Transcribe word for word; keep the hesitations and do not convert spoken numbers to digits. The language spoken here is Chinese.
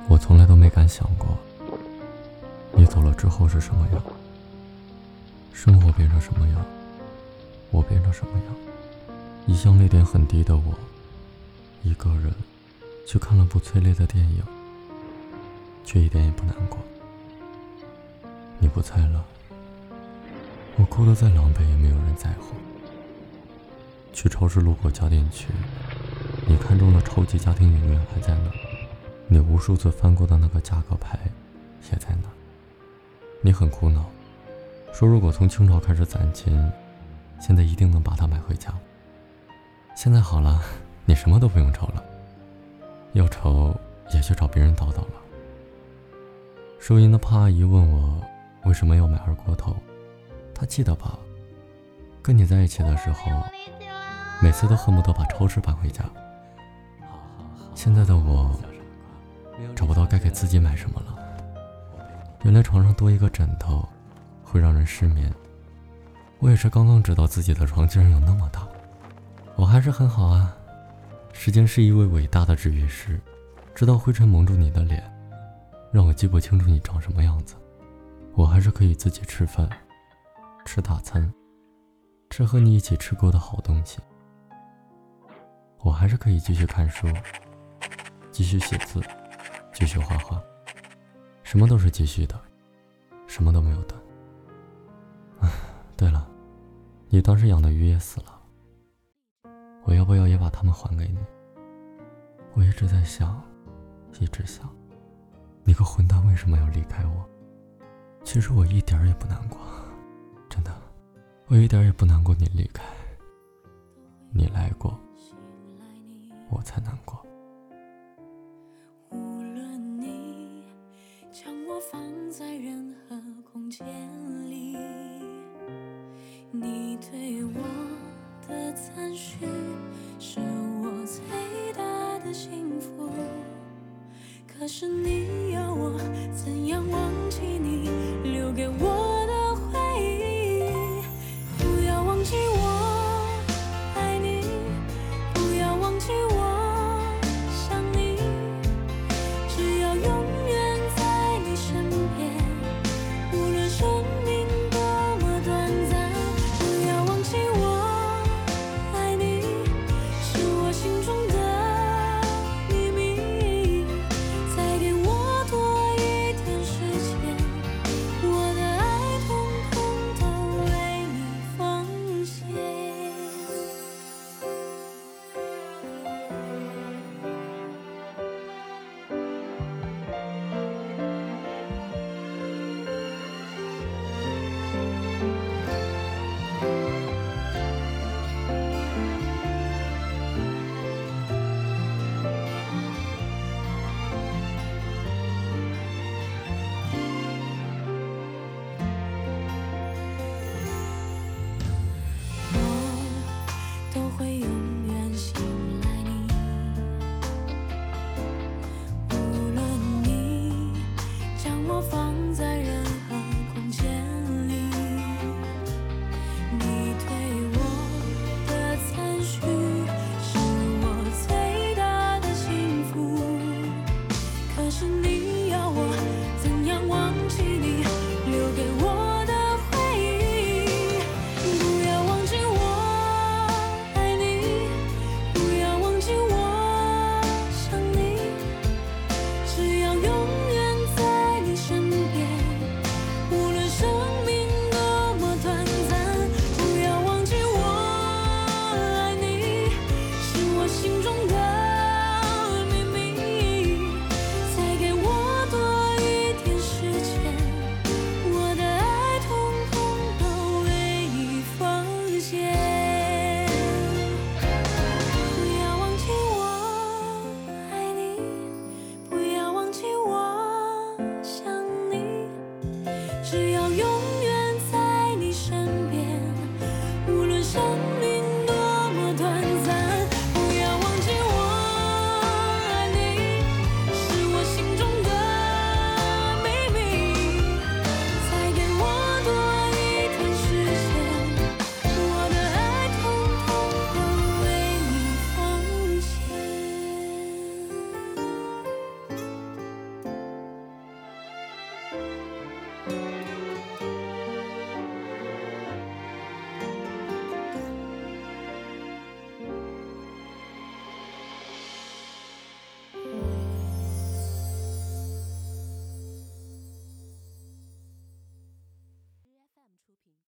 我从来都没敢想过，你走了之后是什么样，生活变成什么样，我变成什么样。一向泪点很低的我，一个人去看了部催泪的电影，却一点也不难过。你不在了，我哭得再狼狈也没有人在乎。去超市路过家电区，你看中的超级家庭影院还在那，你无数次翻过的那个价格牌也在那。你很苦恼，说如果从清朝开始攒钱，现在一定能把它买回家。现在好了，你什么都不用愁了，要愁也去找别人叨叨了。收银的胖阿姨问我为什么要买二锅头，她记得吧，跟你在一起的时候每次都恨不得把超市搬回家。现在的我找不到该给自己买什么了。原来床上多一个枕头会让人失眠，我也是刚刚知道自己的床竟然有那么大。我还是很好啊，时间是一位伟大的治愈师，直到灰尘蒙住你的脸，让我记不清楚你长什么样子，我还是可以自己吃饭，吃大餐，吃和你一起吃过的好东西。我还是可以继续看书，继续写字，继续画画，什么都是继续的，什么都没有断。对了，你当时养的鱼也死了，我要不要也把它们还给你？我一直在想，一直想，你个混蛋为什么要离开我？其实我一点也不难过，真的，我一点也不难过你离开。你来过，我才难过。 无论你将我放在任何空间里，你对我的赞许是我最大的幸福。可是你要我怎样忘记你留给我的回忆？不要忘记我爱你，不要忘记我想你，只要永远在你身边，无论生命多么短暂。不要忘记我爱你，是我心中的秘密，再给我